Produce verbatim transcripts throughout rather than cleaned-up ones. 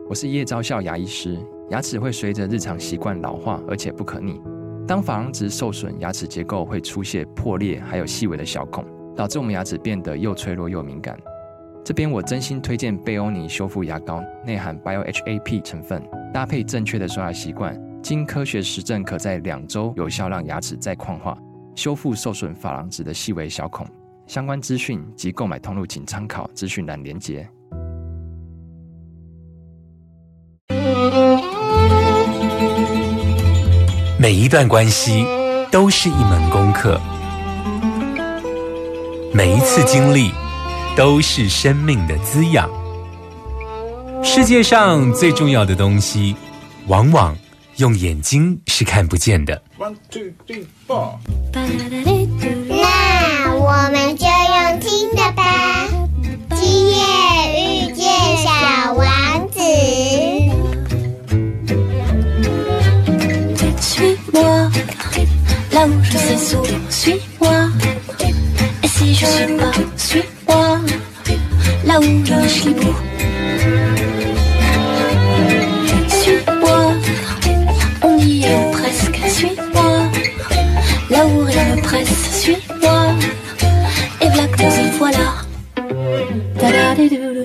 我是叶昭孝牙医师。牙齿会随着日常习惯老化，而且不可逆。当珐琅质受损，牙齿结构会出现破裂，还有细微的小孔，导致我们牙齿变得又脆弱又敏感。这边我真心推荐贝欧尼修复牙膏，内含 B I O H A P 成分，搭配正确的刷牙习惯，经科学实证可在两周有效让牙齿再矿化，修复受损珐琅质的细微小孔。相关资讯及购买通路请参考资讯栏连结。 每一段关系都是一门功课，每一次经历都是生命的滋养。世界上最重要的东西，往往用眼睛是看不见的。 One, two, three, four. 那我们就用听的吧。今夜遇见小王子。 Suis-moi, là où je sais sourire, suis-moi. Et si je suis pas, suis-moi, là où je suis beau. Suis-moi, on y est presque, suis-moi, là où rien ne presse, suis-moi. Et voilà que nous y voilà. Da-da-di-do-do.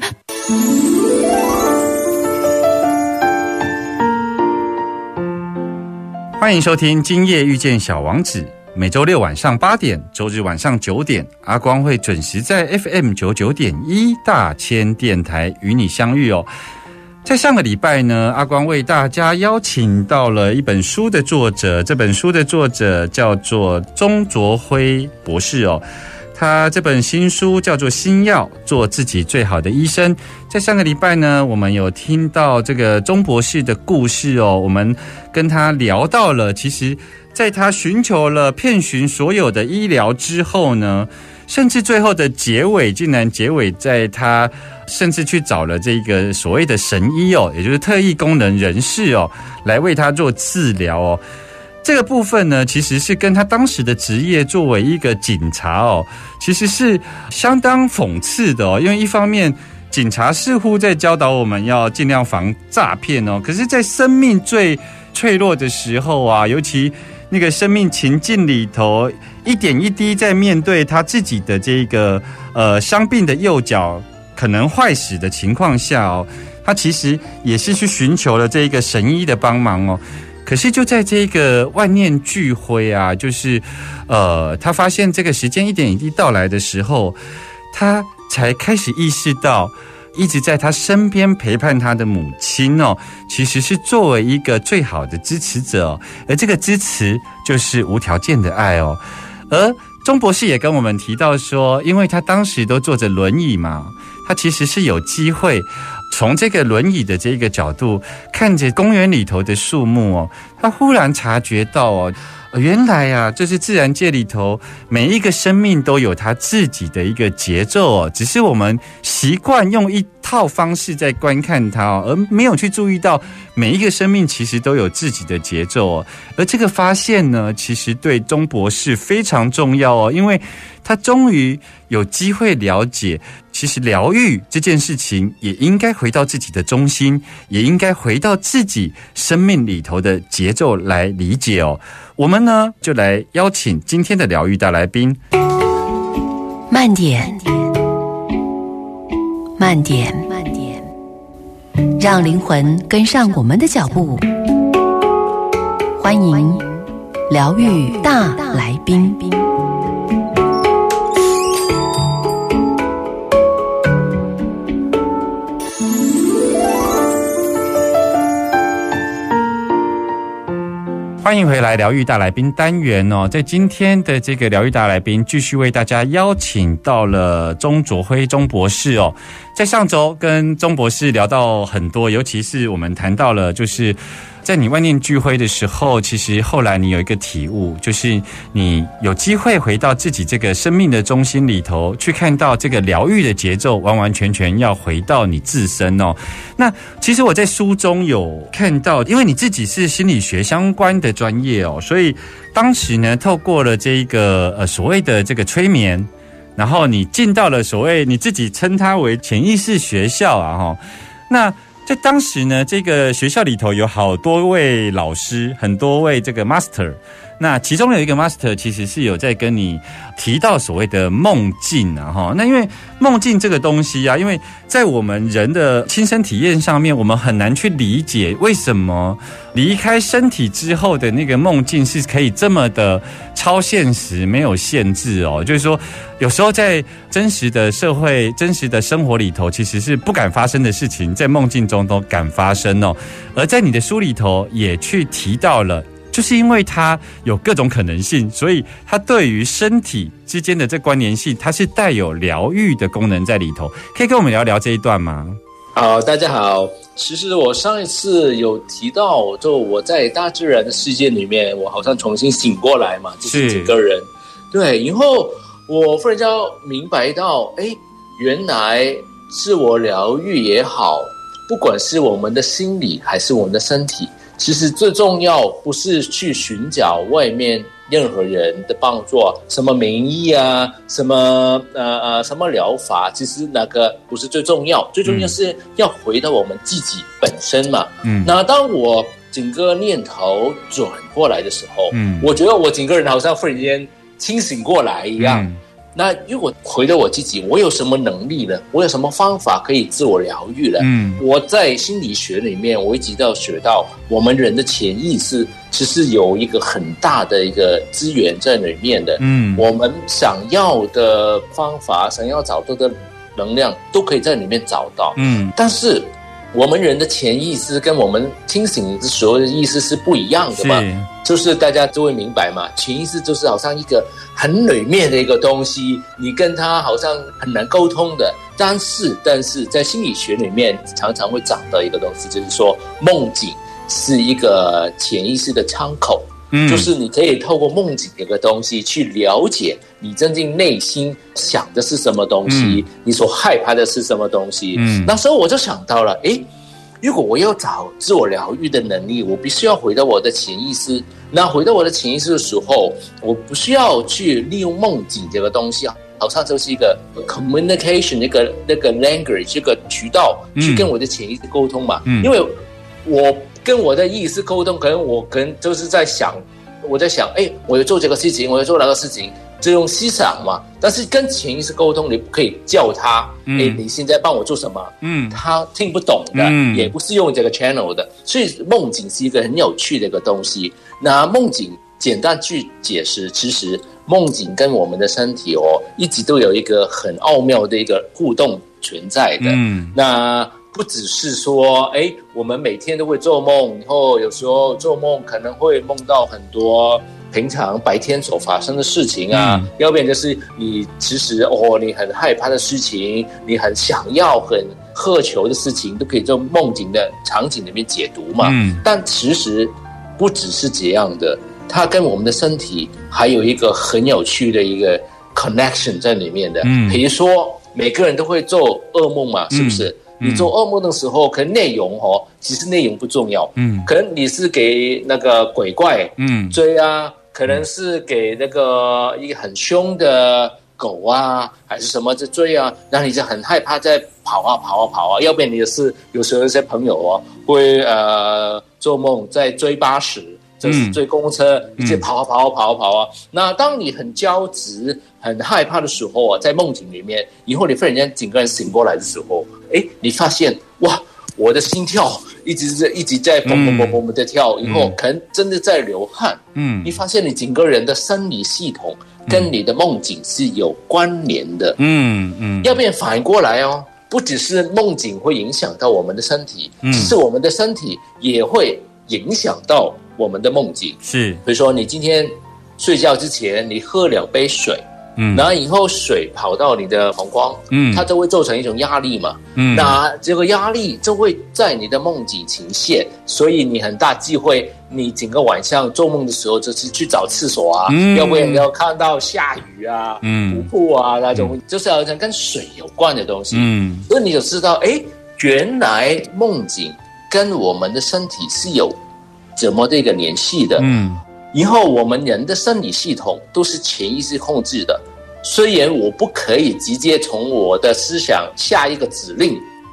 欢迎收听今夜遇见小王子，每周六晚上八点，周日晚上九点，阿光会准时在 F M 九十九点一 大千电台与你相遇哦。在上个礼拜呢，阿光为大家邀请到了一本书的作者，这本书的作者叫做钟卓辉博士哦。他这本新书叫做《新药：做自己最好的医生》。在上个礼拜呢，我们有听到这个钟博士的故事哦，我们跟他聊到了，其实在他寻求了遍寻所有的医疗之后呢，甚至最后的结尾竟然结尾在他甚至去找了这个所谓的神医哦，也就是特异功能人士哦，来为他做治疗哦。这个部分呢，其实是跟他当时的职业作为一个警察哦，其实是相当讽刺的哦。因为一方面，警察似乎在教导我们要尽量防诈骗哦，可是，在生命最脆弱的时候啊，尤其那个生命情境里头，一点一滴在面对他自己的这个呃伤病的右脚可能坏死的情况下哦，他其实也是去寻求了这一个神医的帮忙哦。可是就在这个万念俱灰啊，就是呃，他发现这个时间一点一滴到来的时候，他才开始意识到，一直在他身边陪伴他的母亲哦，其实是作为一个最好的支持者哦，而这个支持就是无条件的爱哦。而钟博士也跟我们提到说，因为他当时都坐着轮椅嘛，他其实是有机会从这个轮椅的这个角度看着公园里头的树木哦，他忽然察觉到哦，原来啊，这是自然界里头每一个生命都有它自己的一个节奏哦，只是我们习惯用一套方式在观看它哦，而没有去注意到每一个生命其实都有自己的节奏哦。而这个发现呢，其实对钟博士非常重要哦，因为他终于有机会了解，其实疗愈这件事情也应该回到自己的中心，也应该回到自己生命里头的节奏来理解哦。我们呢，就来邀请今天的疗愈大来宾。 慢点，慢点，慢点，让灵魂跟上我们的脚步。欢迎疗愈大来宾。 欢迎回来疗愈大来宾单元哦，在今天的这个疗愈大来宾继续为大家邀请到了钟卓辉钟博士哦。在上周跟钟博士聊到很多，尤其是我们谈到了就是在你万念俱灰的时候，其实后来你有一个体悟，就是你有机会回到自己这个生命的中心里头，去看到这个疗愈的节奏完完全全要回到你自身哦。那其实我在书中有看到，因为你自己是心理学相关的专业哦，所以当时呢，透过了这一个呃所谓的这个催眠，然后你进到了所谓你自己称它为潜意识学校啊哈。那在当时呢，这个学校里头有好多位老师，很多位这个 master。那其中有一个 master 其实是有在跟你提到所谓的梦境啊齁，那因为梦境这个东西啊，因为在我们人的亲身体验上面，我们很难去理解为什么离开身体之后的那个梦境是可以这么的超现实，没有限制哦。就是说有时候在真实的社会真实的生活里头，其实是不敢发生的事情，在梦境中都敢发生哦。而在你的书里头也去提到了，就是因为它有各种可能性，所以它对于身体之间的这关联性，它是带有疗愈的功能在里头。可以跟我们聊聊这一段吗？ 好，大家好。其实我上一次有提到，就我在大自然的世界里面，我好像重新醒过来嘛，就是整个人。对，然后我忽然间明白到，哎，原来自我疗愈也好，不管是我们的心理还是我们的身体，其实最重要不是去寻找外面任何人的帮助，什么名医啊，什么呃呃什么疗法，其实那个不是最重要，最重要是要回到我们自己本身嘛。嗯，那当我整个念头转过来的时候，嗯，我觉得我整个人好像忽然间清醒过来一样。嗯，那如果回到我自己，我有什么能力呢？我有什么方法可以自我疗愈呢？嗯，我在心理学里面，我一直到学到，我们人的潜意识其实有一个很大的一个资源在里面的。嗯，我们想要的方法，想要找到的能量，都可以在里面找到。嗯，但是我们人的潜意识跟我们清醒的时候的意识是不一样的嘛。就是大家都会明白嘛，潜意识就是好像一个很里面的一个东西，你跟他好像很难沟通的。但是，但是在心理学里面常常会讲到一个东西，就是说梦境是一个潜意识的窗口，嗯，就是你可以透过梦境这个东西去了解你真正内心想的是什么东西，嗯，你所害怕的是什么东西。嗯，那时候我就想到了，诶，如果我要找自我疗愈的能力，我必须要回到我的潜意识。那回到我的潜意识的时候，我不需要去利用梦境这个东西，好像就是一个 communication 那个那个 language 这个渠道去跟我的潜意识沟通嘛。嗯，因为我跟我的意识沟通，可能我可能就是在想，我在想，哎，我要做这个事情，我要做那个事情。这种思想嘛，但是跟潜意识沟通，你不可以叫他，嗯，诶，你现在帮我做什么？嗯，他听不懂的，嗯，也不是用这个 channel 的，所以梦境是一个很有趣的一个东西。那梦境简单去解释，其实梦境跟我们的身体哦，一直都有一个很奥妙的一个互动存在的。嗯，那不只是说，哎，我们每天都会做梦，然后有时候做梦可能会梦到很多平常白天所发生的事情啊，嗯，要不然就是你其实哦，你很害怕的事情，你很想要、很渴求的事情，都可以在梦境的场景里面解读嘛。嗯，但其实不只是这样的，它跟我们的身体还有一个很有趣的一个 connection 在里面的。嗯，比如说每个人都会做噩梦嘛，是不是？嗯，你做噩梦的时候，可能内容哦，其实内容不重要。嗯，可能你是给那个鬼怪嗯追啊。可能是给那个一个很凶的狗啊，还是什么在追啊，然后你就很害怕在跑啊跑啊跑啊，要不然你也是有时候有些朋友哦会呃做梦在追巴士，就是追公车，一直跑啊跑啊跑啊跑啊。那当你很焦急、很害怕的时候啊，在梦境里面，以后你忽然间整个人醒过来的时候，哎，你发现哇，我的心跳一直在一直在蹦蹦蹦蹦的跳，以后可能真的在流汗。嗯，你发现你整个人的生理系统跟你的梦境是有关联的。嗯嗯，要不然反过来哦，不只是梦境会影响到我们的身体，嗯，其实我们的身体也会影响到我们的梦境。是，比如说你今天睡觉之前，你喝两杯水。嗯，然后以后水跑到你的膀胱，嗯，它就会造成一种压力嘛，嗯，那这个压力就会在你的梦境呈现，所以你很大机会，你整个晚上做梦的时候就是去找厕所啊，嗯，要不然你要看到下雨啊，嗯，瀑布啊那种，嗯，就是好像跟水有关的东西，嗯，所以你就知道，哎，原来梦境跟我们的身体是有怎么的一个联系的，嗯。以后我们人的生理系统都是潜意识控制的，虽然我不可以直接从我的思想下一个指令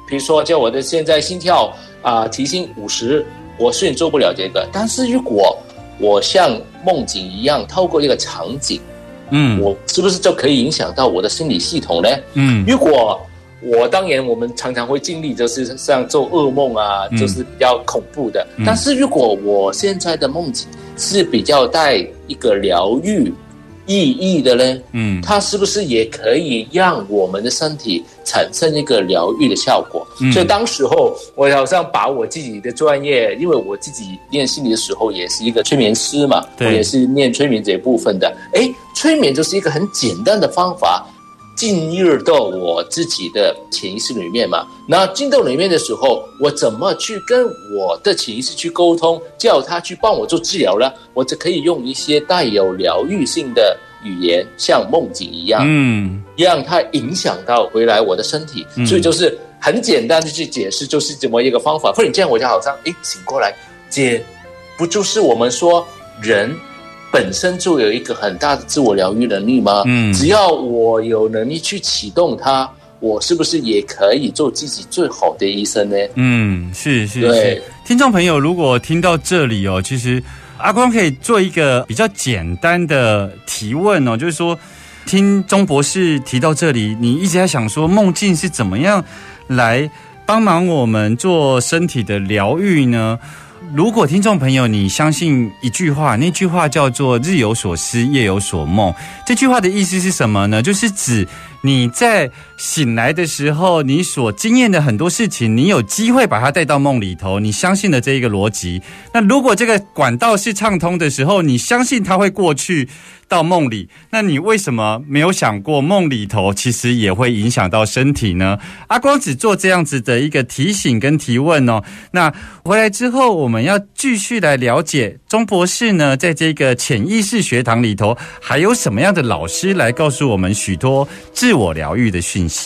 比如说叫我的现在心跳啊、呃、提醒五十，我虽然做不了这个，但是如果我像梦境一样透过一个场景，嗯，我是不是就可以影响到我的心理系统呢？嗯，如果我当然我们常常会经历就是像做噩梦啊，嗯、就是比较恐怖的、嗯、但是如果我现在的梦境是比较带一个疗愈意义的呢，嗯，它是不是也可以让我们的身体产生一个疗愈的效果？嗯、所以当时候我好像把我自己的专业，因为我自己练心理的时候也是一个催眠师嘛，我也是念催眠这一部分的。诶，催眠就是一个很简单的方法，进入到我自己的潜意识里面嘛。那进到里面的时候，我怎么去跟我的潜意识去沟通，叫他去帮我做治疗呢？我就可以用一些带有疗愈性的语言，像梦境一样，嗯，让它影响到回来我的身体。嗯、所以就是很简单的去解释，就是这么一个方法。或者这样，我就好像诶醒过来，这不就是我们说人本身就有一个很大的自我疗愈能力吗？嗯，只要我有能力去启动它，我是不是也可以做自己最好的医生呢？ 嗯，是是是。听众朋友，如果听到这里哦，其实阿光可以做一个比较简单的提问哦，就是说，听钟博士提到这里，你一直在想说梦境是怎么样来帮忙我们做身体的疗愈呢？如果听众朋友你相信一句话，那句话叫做日有所思夜有所梦，这句话的意思是什么呢？就是指你在醒来的时候，你所经验的很多事情，你有机会把它带到梦里头，你相信了这一个逻辑。那如果这个管道是畅通的时候，你相信它会过去到梦里，那你为什么没有想过梦里头其实也会影响到身体呢？阿光只做这样子的一个提醒跟提问哦。那回来之后，我们要继续来了解钟博士呢，在这个潜意识学堂里头，还有什么样的老师来告诉我们许多自我疗愈的讯息。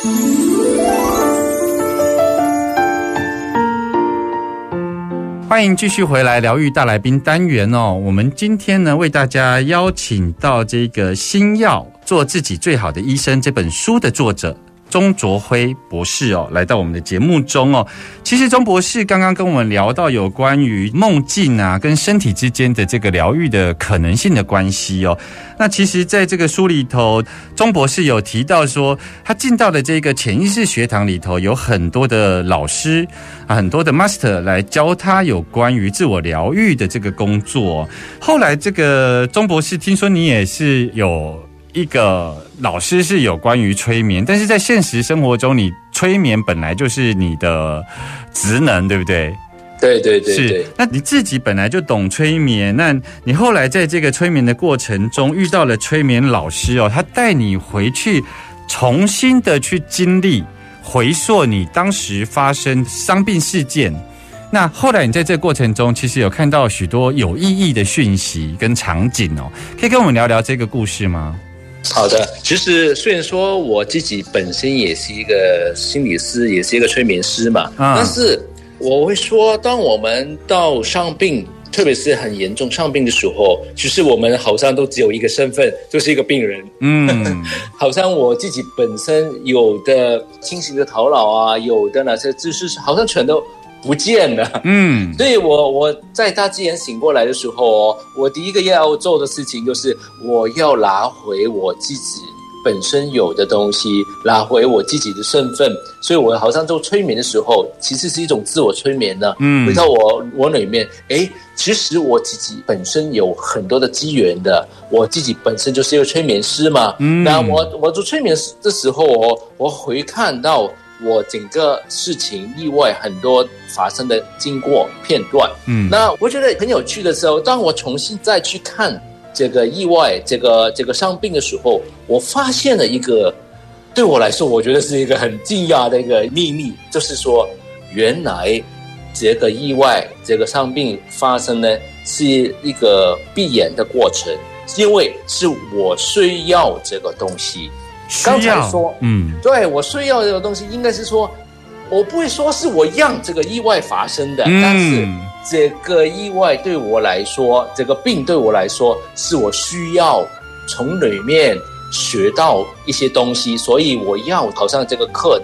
欢迎继续回来疗愈大来宾单元哦。我们今天呢，为大家邀请到这个《新药做自己最好的医生》这本书的作者钟卓辉博士哦，来到我们的节目中哦。其实钟博士刚刚跟我们聊到有关于梦境啊跟身体之间的这个疗愈的可能性的关系哦。那其实在这个书里头，钟博士有提到说，他进到的这个潜意识学堂里头，有很多的老师啊，很多的 master 来教他有关于自我疗愈的这个工作。后来这个钟博士听说你也是有一个老师是有关于催眠，但是在现实生活中，你催眠本来就是你的职能，对不对？ 对对对对。 是，那你自己本来就懂催眠，那你后来在这个催眠的过程中遇到了催眠老师哦，他带你回去重新的去经历、回溯你当时发生伤病事件。那后来你在这个过程中，其实有看到许多有意义的讯息跟场景哦，可以跟我们聊聊这个故事吗？ 好的，其实虽然说我自己本身也是一个心理师，也是一个催眠师嘛，嗯、但是我会说，当我们到伤病，特别是很严重伤病的时候，其实我们好像都只有一个身份，就是一个病人。嗯，好像我自己本身有的清醒的头脑啊，有的那些知识，好像全都不见了。嗯，所以我我在大自然醒过来的时候哦，我第一个要做的事情就是我要拿回我自己本身有的东西，拿回我自己的身份。所以我好像做催眠的时候，其实是一种自我催眠呢。嗯，回到我我里面，诶，其实我自己本身有很多的机缘的，我自己本身就是一个催眠师嘛。嗯，那我我做催眠的时候哦，我回看到我整个事情意外很多发生的经过片段，嗯，那我觉得很有趣的时候，当我重新再去看这个意外、这个这个伤病的时候，我发现了一个对我来说，我觉得是一个很惊讶的一个秘密，就是说，原来这个意外、这个伤病发生呢，是一个必然的过程，因为是我需要这个东西。刚才说，嗯，对，我需要这个东西，应该是说，我不会说是我让这个意外发生的，嗯、但是这个意外对我来说，这个病对我来说，是我需要从里面学到一些东西，所以我要好像这个课题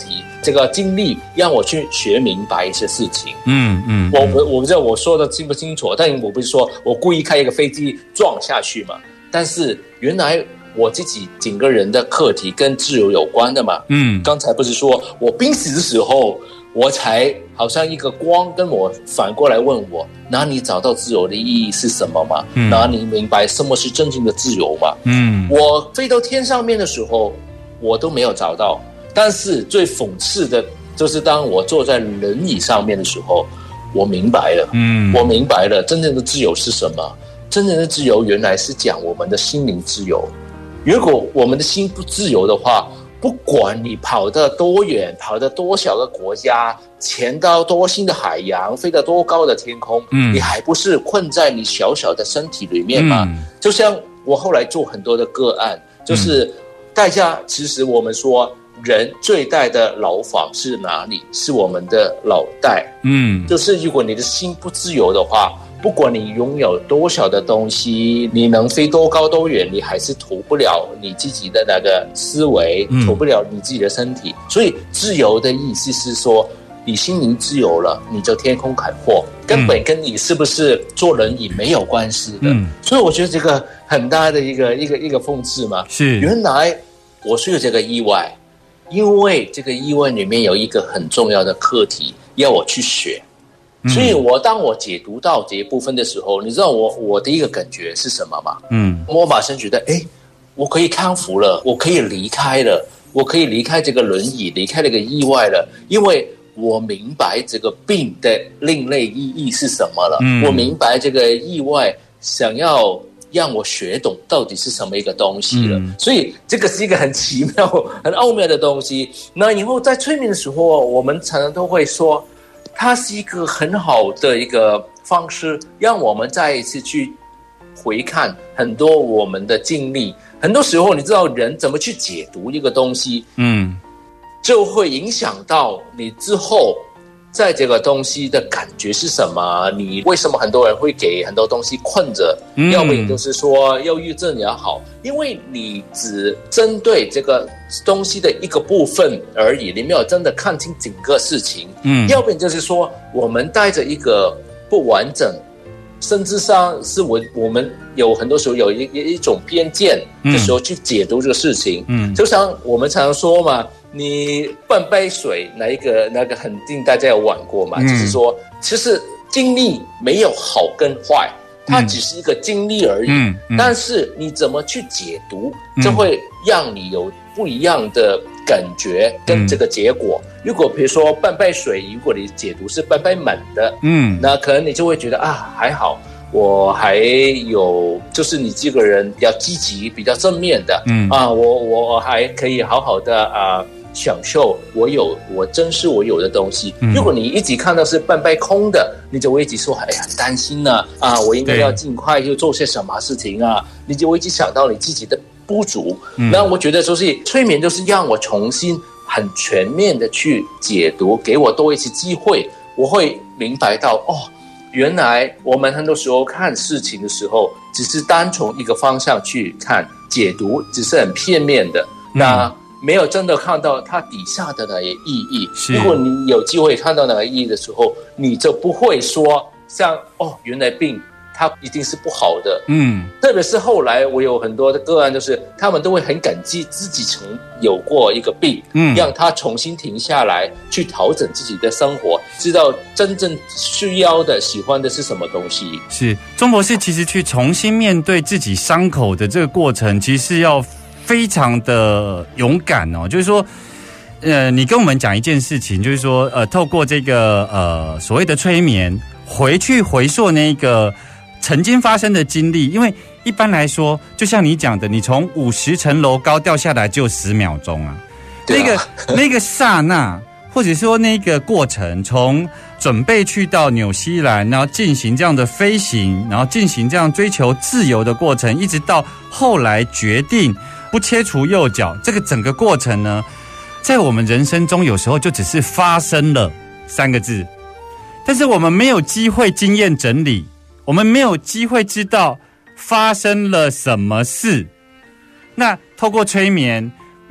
这个经历让我去学明白一些事情。 嗯嗯， 我我我不知道我说的清不清楚，但我不是说我故意开一个飞机撞下去嘛，但是原来我自己整个人的课题跟自由有关的嘛。嗯，刚才不是说我濒死的时候，我才好像一个光跟我反过来问我，哪里找到自由的意义是什么嘛？嗯，哪里明白什么是真正的自由嘛？嗯，我飞到天上面的时候，我都没有找到。但是最讽刺的就是当我坐在轮椅上面的时候，我明白了，嗯，我明白了真正的自由是什么。真正的自由原来是讲我们的心灵自由。如果我们的心不自由的话，不管你跑得多远，跑得多小的国家，潜到多深的海洋，飞到多高的天空，嗯，你还不是困在你小小的身体里面吗？嗯，就像我后来做很多的个案，就是大家其实我们说人最大的牢房是哪里？是我们的脑袋。嗯，就是如果你的心不自由的话，不管你拥有多少的东西，你能飞多高多远，你还是逃不了你自己的那个思维，逃不了你自己的身体。所以自由的意思是说，你心灵自由了，你就天空海阔，根本跟你是不是坐轮椅没有关系的。嗯，所以我觉得这个很大的一个一个一个讽刺嘛，是原来我是有这个意外，因为这个意外里面有一个很重要的课题要我去学。所以我当我解读到这一部分的时候，你知道我我的一个感觉是什么吗？嗯，我马上觉得，哎，我可以康复了，我可以离开了，我可以离开这个轮椅，离开那个意外了，因为我明白这个病的另类意义是什么了。嗯，我明白这个意外想要让我学懂到底是什么一个东西了。嗯，所以这个是一个很奇妙、很奥妙的东西。那以后在催眠的时候，我们常常都会说，它是一个很好的一个方式，让我们再一次去回看很多我们的经历。很多时候，你知道人怎么去解读一个东西，嗯，就会影响到你之后在这个东西的感觉是什么。你为什么很多人会给很多东西困着？嗯，要不然就是说忧郁症也好，因为你只针对这个东西的一个部分而已，你没有真的看清整个事情。嗯，要不然就是说我们带着一个不完整，甚至上是我我们有很多时候有一一种偏见的时候去解读这个事情。嗯，就像我们常常说嘛，你半杯水，哪一个那个肯定大家有玩过嘛，嗯，就是说其实经历没有好跟坏，它只是一个经历而已。嗯嗯，但是你怎么去解读，就会让你有不一样的感觉跟这个结果。嗯，如果比如说半杯水，如果你解读是半杯满的，嗯，那可能你就会觉得啊还好，我还有就是你这个人比较积极比较正面的，嗯啊，我我还可以好好的啊享受我有我珍视我有的东西。嗯，如果你一直看到是半杯空的，你就会一直说哎呀很担心啊，啊我应该要尽快就做些什么事情啊，你就会一直想到你自己的不足。嗯，那我觉得就是催眠就是让我重新很全面的去解读，给我多一次机会，我会明白到哦，原来我们很多时候看事情的时候只是单从一个方向去看，解读只是很片面的。嗯，那没有真的看到它底下的那些意义。如果你有机会看到那个意义的时候，你就不会说像哦，原来病它一定是不好的。嗯，特别是后来我有很多的个案，就是他们都会很感激自己曾有过一个病，嗯，让他重新停下来去调整自己的生活，知道真正需要的喜欢的是什么东西。 是钟博士其实去重新面对自己伤口的这个过程，其实要非常的勇敢哦。就是说呃，你跟我们讲一件事情，就是说呃，透过这个呃所谓的催眠回去回溯那个曾经发生的经历。因为一般来说就像你讲的，你从五十层楼高掉下来就十秒钟啊，那个那个刹那，或者说那个过程，从准备去到纽西兰，然后进行这样的飞行，然后进行这样追求自由的过程，一直到后来决定不切除右脚，这个整个过程呢，在我们人生中有时候就只是发生了三个字，但是我们没有机会经验整理，我们没有机会知道发生了什么事。那透过催眠，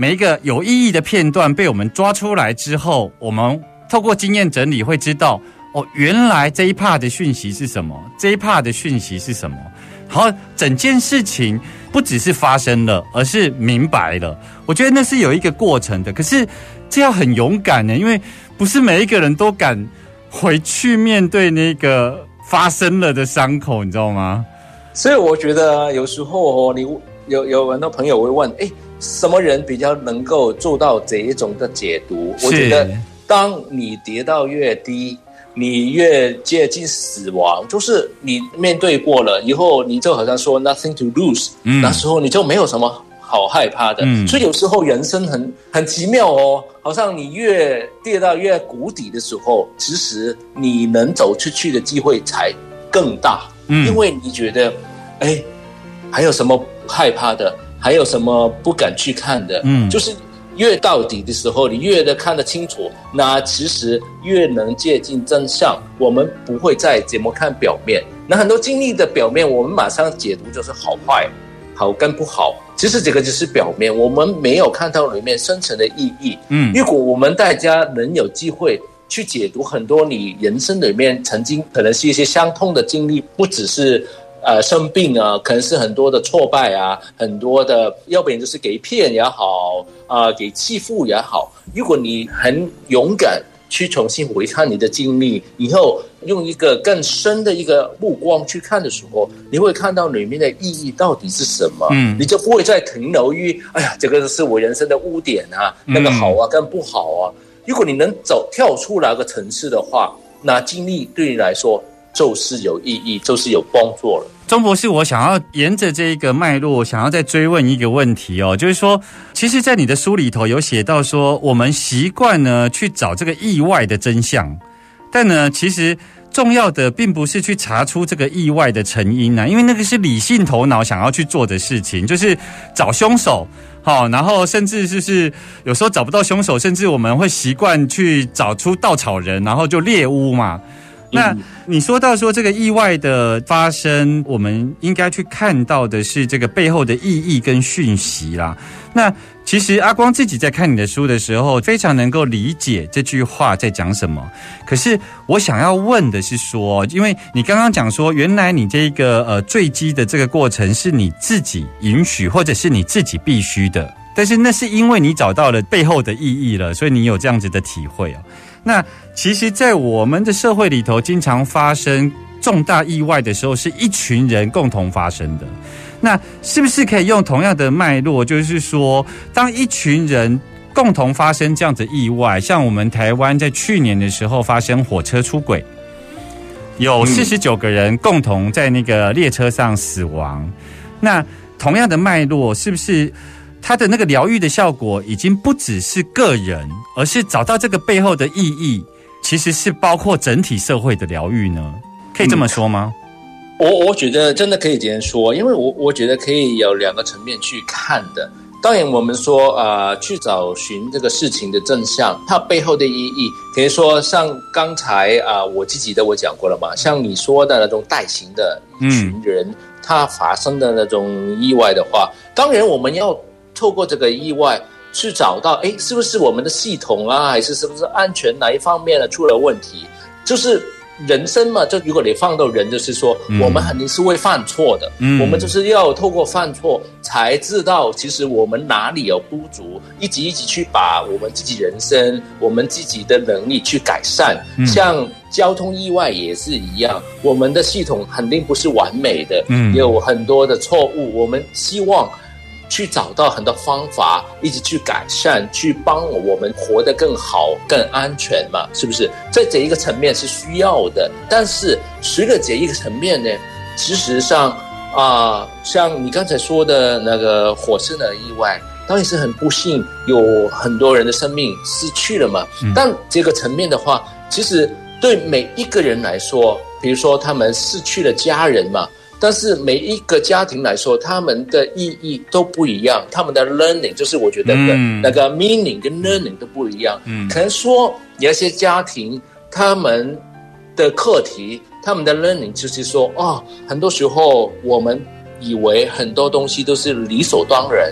每一个有意义的片段被我们抓出来之后，我们透过经验整理会知道，哦，原来这一 part 的讯息是什么，这一 part 的讯息是什么。然后整件事情不只是发生了，而是明白了。我觉得那是有一个过程的，可是这要很勇敢呢，因为不是每一个人都敢回去面对那个发生了的伤口，你知道吗？ 所以我觉得有时候哦，你有有很多朋友会问，哎，什么人比较能够做到这一种的解读？我觉得，当你跌到越低，你越接近死亡，就是你面对过了以后，你就好像说 nothing to lose，嗯，那时候你就没有什么好害怕的。嗯，所以有时候人生很很奇妙哦，好像你越跌到越谷底的时候，其实你能走出去的机会才更大。嗯，因为你觉得，哎，还有什么害怕的？还有什么不敢去看的？嗯，就是越到底的时候，你越的看得清楚，那其实越能接近真相。我们不会再怎么看表面，那很多经历的表面，我们马上解读就是好坏，好跟不好。其实这个就是表面，我们没有看到里面深层的意义。嗯，如果我们大家能有机会去解读很多你人生里面曾经可能是一些相通的经历，不只是呃生病啊，可能是很多的挫败啊，很多的，要不然就是给骗也好啊、呃，给欺负也好。如果你很勇敢去重新回看你的经历，以后用一个更深的一个目光去看的时候，你会看到里面的意义到底是什么。嗯，你就不会再停留于哎呀，这个是我人生的污点啊，那个好啊跟不好啊。如果你能走跳出那个层次的话，那经历对你来说就是有意义，就是有帮助了。 钟博士，我想要沿着这个脉络，想要再追问一个问题哦，就是说，其实，在你的书里头有写到说，我们习惯呢去找这个意外的真相，但呢，其实重要的并不是去查出这个意外的成因啊，因为那个是理性头脑想要去做的事情，就是找凶手。好，然后甚至就是有时候找不到凶手，甚至我们会习惯去找出稻草人，然后就猎巫嘛。那你说到说这个意外的发生，我们应该去看到的是这个背后的意义跟讯息啦。那其实阿光自己在看你的书的时候，非常能够理解这句话在讲什么。可是我想要问的是说，因为你刚刚讲说，原来你这个呃坠机的这个过程是你自己允许，或者是你自己必须的，但是那是因为你找到了背后的意义了，所以你有这样子的体会哦。那其实在我们的社会里头，经常发生重大意外的时候，是一群人共同发生的。那是不是可以用同样的脉络，就是说，当一群人共同发生这样子意外，像我们台湾在去年的时候发生火车出轨，有四十九个人共同在那个列车上死亡。那同样的脉络，是不是它的那个疗愈的效果已经不只是个人，而是找到这个背后的意义，其实是包括整体社会的疗愈呢？可以这么说吗？ 我我觉得真的可以这样说，因为我我觉得可以有两个层面去看的。当然，我们说呃，去找寻这个事情的真相，它背后的意义，可以说像刚才啊、呃，我自己的我讲过了嘛，像你说的那种代行的一群人，嗯、他发生的那种意外的话，当然我们要透过这个意外去找到，哎，是不是我们的系统啊，还是是不是安全哪一方面呢出了问题？就是人生嘛，就如果你放到人，就是说、嗯、我们肯定是会犯错的、嗯、我们就是要透过犯错才知道其实我们哪里有不足，一直一直去把我们自己人生我们自己的能力去改善、嗯、像交通意外也是一样，我们的系统肯定不是完美的、嗯、有很多的错误，我们希望去找到很多方法，一直去改善，去帮我们活得更好、更安全嘛，是不是？在这一个层面是需要的，但是随着这一个层面呢，事实上啊、呃，像你刚才说的那个火车的意外，当然是很不幸，有很多人的生命失去了嘛。嗯、但这个层面的话，其实对每一个人来说，比如说他们失去了家人嘛。但是每一个家庭来说，他们的意义都不一样，他们的 learning 就是我觉得的那个 meaning 跟 learning 都不一样。嗯，可能说有些家庭他们的课题，他们的 learning 就是说，哦，很多时候我们以为很多东西都是理所当然的，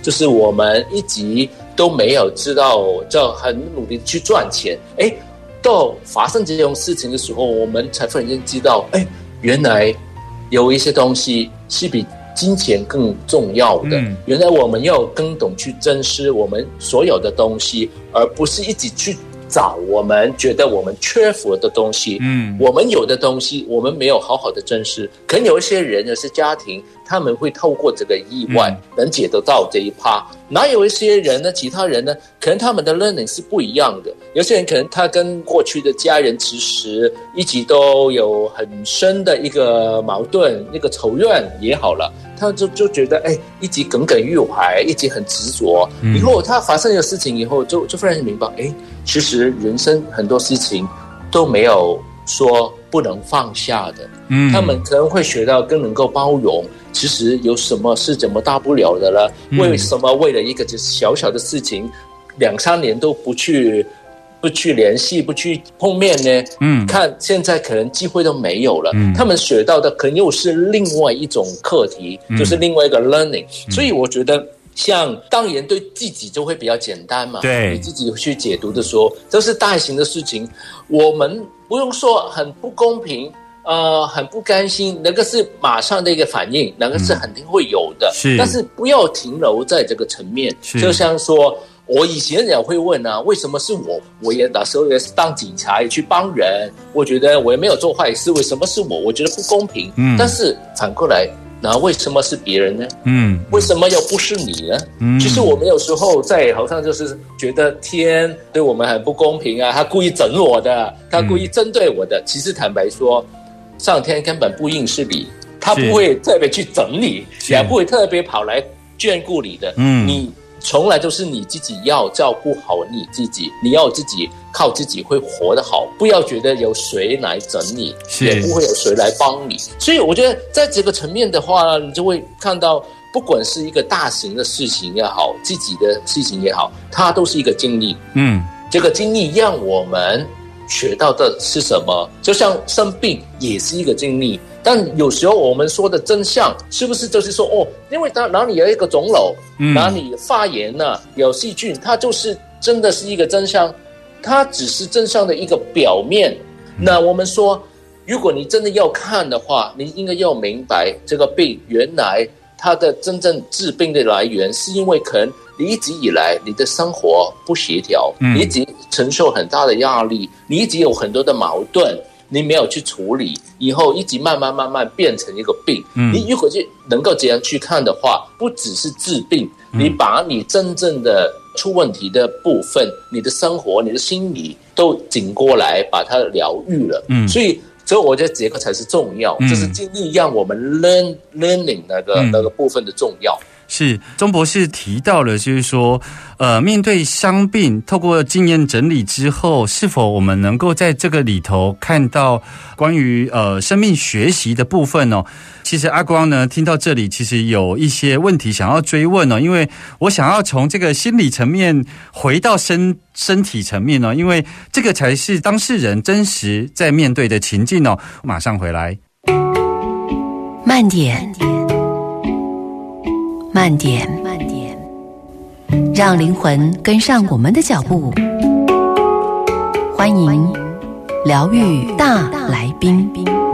就是我们一直都没有知道，就很努力去赚钱，哎，到发生这种事情的时候，我们才忽然间知道，哎，原来有一些东西是比金钱更重要的、嗯、原来我们要更懂去珍视我们所有的东西，而不是一直去找我们觉得我们缺乏的东西。嗯，我们有的东西我们没有好好的珍视，可能有一些人有些家庭他们会透过这个意外、嗯、能解得到这一趴，哪有一些人呢，其他人呢，可能他们的 learning 是不一样的，有些人可能他跟过去的家人其实一直都有很深的一个矛盾，一个仇怨也好了，他就就觉得哎，一直耿耿于怀，一直很执着、嗯、以后他发生的事情以后就就忽然明白，哎，其实人生很多事情都没有说不能放下的、嗯、他们可能会学到更能够包容，其实有什么是怎么大不了的了、嗯、为什么为了一个小小的事情两三年都不去不去联系不去碰面呢？嗯，看现在可能机会都没有了、嗯、他们学到的可能又是另外一种课题、嗯、就是另外一个 learning、嗯、所以我觉得像当然对自己就会比较简单嘛，对，你自己去解读的时候，这是大型的事情，我们不用说很不公平，呃，很不甘心，那个是马上的一个反应，那个是肯定会有的，是、嗯，但是不要停留在这个层面，就像说。我以前也会问啊，为什么是我？我也那时候也是当警察也去帮人，我觉得我也没有做坏事，为什么是我？我觉得不公平。嗯，但是反过来，那为什么是别人呢？嗯，为什么又不是你呢？嗯，其实我们有时候在好像就是觉得天对我们很不公平啊，他故意整我的，他故意针对我的。嗯、其实坦白说，上天根本不应是你，他不会特别去整你，也不会特别跑来眷顾你的。嗯，你。从来都是你自己要照顾好你自己，你要自己靠自己会活得好，不要觉得有谁来整你，也不会有谁来帮你。所以我觉得在这个层面的话，你就会看到不管是一个大型的事情也好，自己的事情也好，它都是一个经历。嗯，这个经历让我们学到的是什么？就像生病也是一个经历，但有时候我们说的真相是不是就是说哦，因为哪里有一个肿瘤、嗯、哪里发炎了、啊、有细菌，它就是真的是一个真相，它只是真相的一个表面、嗯、那我们说如果你真的要看的话，你应该要明白这个病原来它的真正治病的来源是因为可能你一直以来你的生活不协调、嗯、你一直承受很大的压力，你一直有很多的矛盾，你没有去处理，以后一直慢慢慢慢变成一个病、嗯、你如果就能够这样去看的话，不只是治病、嗯、你把你真正的出问题的部分，你的生活你的心理都紧过来把它疗愈了、嗯、所以所以我觉得这个才是重要、嗯、就是尽力让我们 learn learning 那个、嗯、那个部分的重要。 是钟博士提到了，就是说，呃，面对伤病，透过经验整理之后，是否我们能够在这个里头看到关于呃生命学习的部分哦？其实阿光呢，听到这里，其实有一些问题想要追问哦，因为我想要从这个心理层面回到身身体层面哦，因为这个才是当事人真实在面对的情境哦。马上回来， 慢点。慢点，慢点，让灵魂跟上我们的脚步。欢迎疗愈大来宾。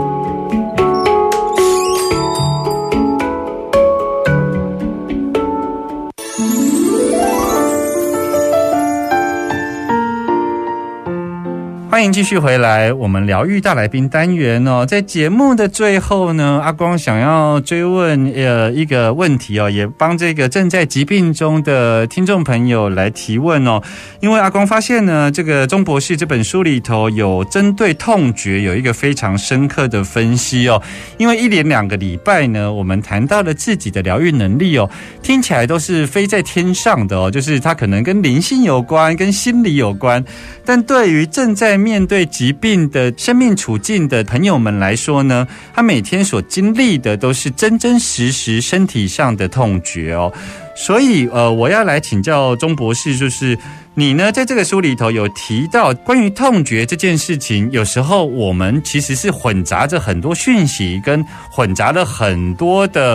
欢迎继续回来，我们疗愈大来宾单元哦。在节目的最后呢，阿光想要追问呃一个问题哦，也帮这个正在疾病中的听众朋友来提问哦。因为阿光发现呢，这个钟博士这本书里头有针对痛觉有一个非常深刻的分析哦。因为一连两个礼拜呢，我们谈到了自己的疗愈能力哦，听起来都是飞在天上的哦，就是它可能跟灵性有关，跟心理有关，但对于正在面对疾病的生命处境的朋友们来说呢，他每天所经历的都是真真实实身体上的痛觉哦。所以呃，我要来请教钟博士，就是你呢在这个书里头有提到关于痛觉这件事情，有时候我们其实是混杂着很多讯息，跟混杂了很多的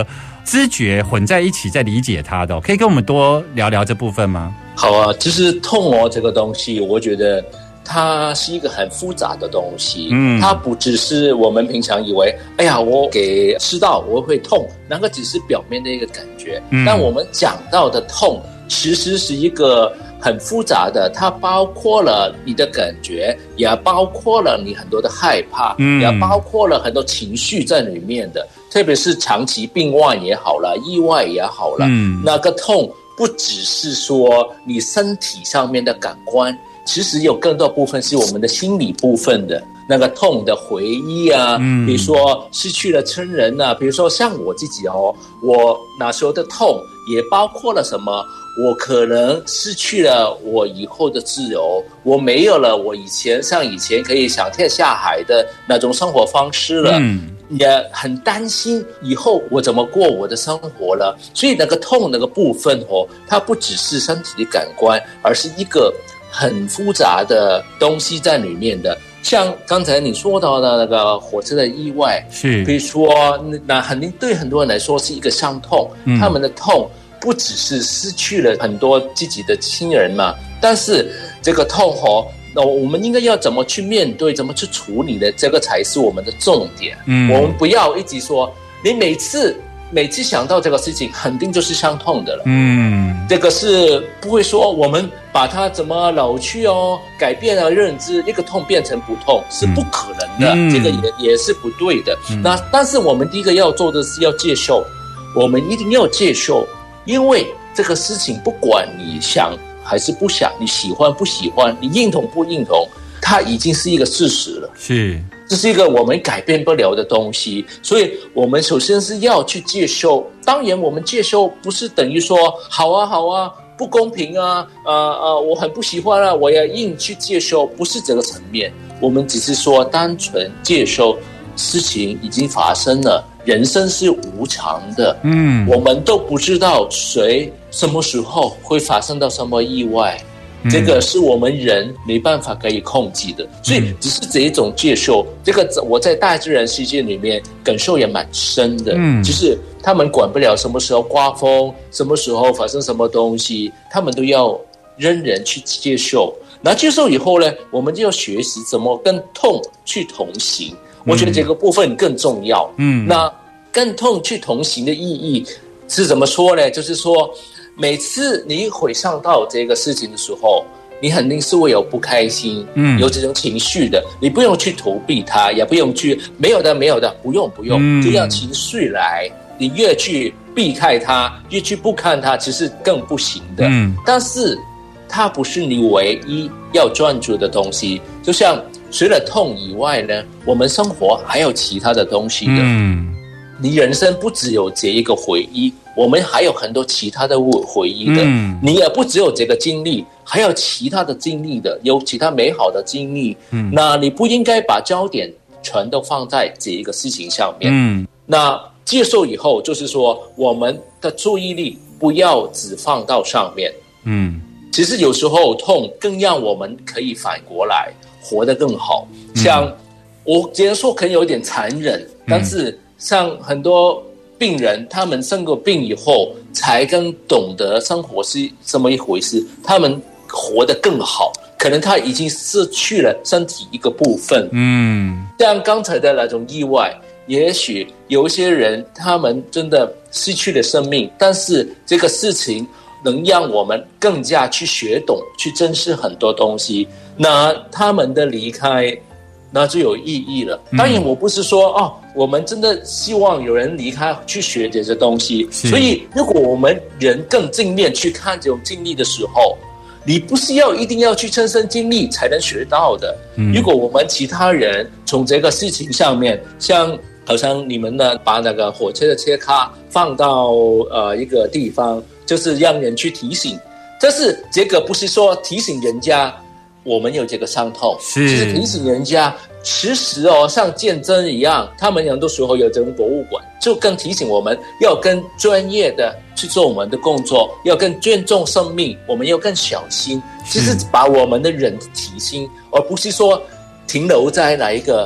知觉混在一起在理解它的、哦，可以跟我们多聊聊这部分吗？ 好啊，其实痛哦这个东西，我觉得它是一个很复杂的东西，嗯，它不只是我们平常以为，哎呀，我给吃到我会痛，那个只是表面的一个感觉，嗯，但我们讲到的痛，其实是一个很复杂的，它包括了你的感觉，也包括了你很多的害怕，嗯，也包括了很多情绪在里面的，特别是长期病患也好了，意外也好了，嗯，那个痛不只是说你身体上面的感官。其实有更多部分是我们的心理部分的那个痛的回忆啊，嗯，比如说失去了亲人啊，比如说像我自己哦，我那时候的痛也包括了什么？我可能失去了我以后的自由，我没有了我以前像以前可以上天下海的那种生活方式了，嗯，也很担心以后我怎么过我的生活了。所以那个痛那个部分哦，它不只是身体的感官，而是一个很复杂的东西在里面的。像刚才你说到的那个火车的意外，是比如说那肯定对很多人来说是一个伤痛，嗯，他们的痛不只是失去了很多自己的亲人嘛，但是这个痛哦，那我们应该要怎么去面对，怎么去处理的，这个才是我们的重点。嗯，我们不要一直说你每次每次想到这个事情肯定就是伤痛的了，嗯，这个是不会说我们把它怎么扭曲哦，改变了认知，一个痛变成不痛是不可能的，嗯，这个也也是不对的，嗯，那但是我们第一个要做的是要接受，我们一定要接受，因为这个事情不管你想还是不想，你喜欢不喜欢，你认同不认同，它已经是一个事实了，是这是一个我们改变不了的东西，所以我们首先是要去接受。当然我们接受不是等于说好啊好啊不公平啊，呃呃我很不喜欢啊，我要硬去接受，不是这个层面，我们只是说单纯接受事情已经发生了，人生是无常的，嗯，我们都不知道谁什么时候会发生到什么意外，这个是我们人没办法可以控制的，所以只是这一种接受，这个我在大自然世界里面感受也蛮深的，嗯，就是他们管不了什么时候刮风，什么时候发生什么东西，他们都要认人去接受，那接受以后呢，我们就要学习怎么跟痛去同行，我觉得这个部分更重要，嗯，那跟痛去同行的意义是怎么说呢？就是说每次你回想到这个事情的时候，你肯定是会有不开心，嗯，有这种情绪的，你不用去逃避它，也不用去没有的没有的，不用不用，嗯，就让情绪来，你越去避开它，越去不看它，其实更不行的，嗯，但是它不是你唯一要专注的东西，就像除了痛以外呢，我们生活还有其他的东西的，嗯，你人生不只有这一个回忆，我们还有很多其他的回忆的，嗯，你也不只有这个经历，还有其他的经历的，有其他美好的经历，嗯，那你不应该把焦点全都放在这一个事情上面，嗯，那接受以后就是说我们的注意力不要只放到上面，嗯，其实有时候痛更让我们可以反过来活得更好，像我觉得说可能有点残忍，但是像很多病人他们生过病以后才更懂得生活是这么一回事，他们活得更好，可能他已经失去了身体一个部分，嗯，像刚才的那种意外，也许有一些人他们真的失去了生命，但是这个事情能让我们更加去学懂去珍视很多东西，那他们的离开那就有意义了。当然我不是说哦，我们真的希望有人离开去学这些东西，所以如果我们人更正面去看这种经历的时候，你不是要一定要去亲身经历才能学到的，嗯，如果我们其他人从这个事情上面，像好像你们呢把那个火车的车卡放到呃一个地方，就是让人去提醒，但是这个不是说提醒人家我们有这个伤痛，是就是提醒人家其实哦像见证一样，他们很多时候有这种博物馆，就更提醒我们要更专业的去做我们的工作，要更尊重生命，我们要更小心，就是把我们的人提醒，而不是说停留在哪一个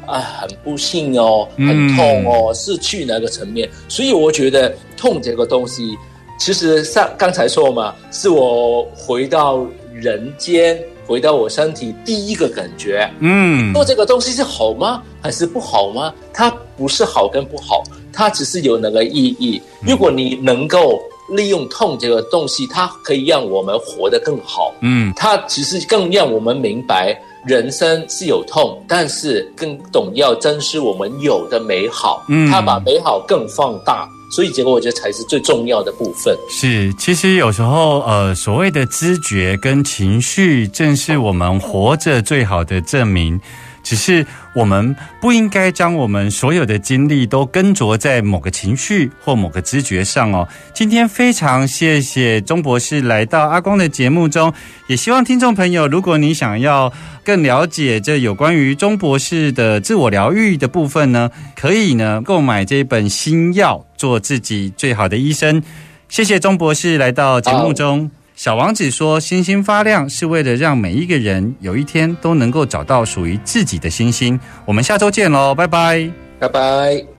啊很不幸哦，很痛哦，嗯、是去哪个层面？所以我觉得痛这个东西，其实上刚才说嘛，是我回到人间。回到我身体第一个感觉，嗯，做这个东西是好吗？还是不好吗？它不是好跟不好，它只是有那个意义。如果你能够利用痛这个东西，它可以让我们活得更好，嗯，它其实更让我们明白人生是有痛，但是更懂要珍视我们有的美好，嗯，它把美好更放大。所以结果我觉得才是最重要的部分。 是，其实有时候呃，所谓的知觉跟情绪正是我们活着最好的证明，只是我们不应该将我们所有的精力都跟着在某个情绪或某个知觉上哦。今天非常谢谢钟博士来到阿光的节目中，也希望听众朋友，如果你想要更了解这有关于钟博士的自我疗愈的部分呢，可以呢购买这本新药，做自己最好的医生。谢谢钟博士来到节目中。小王子说，星星发亮是为了让每一个人有一天都能够找到属于自己的星星。我们下周见咯，拜拜， 拜拜。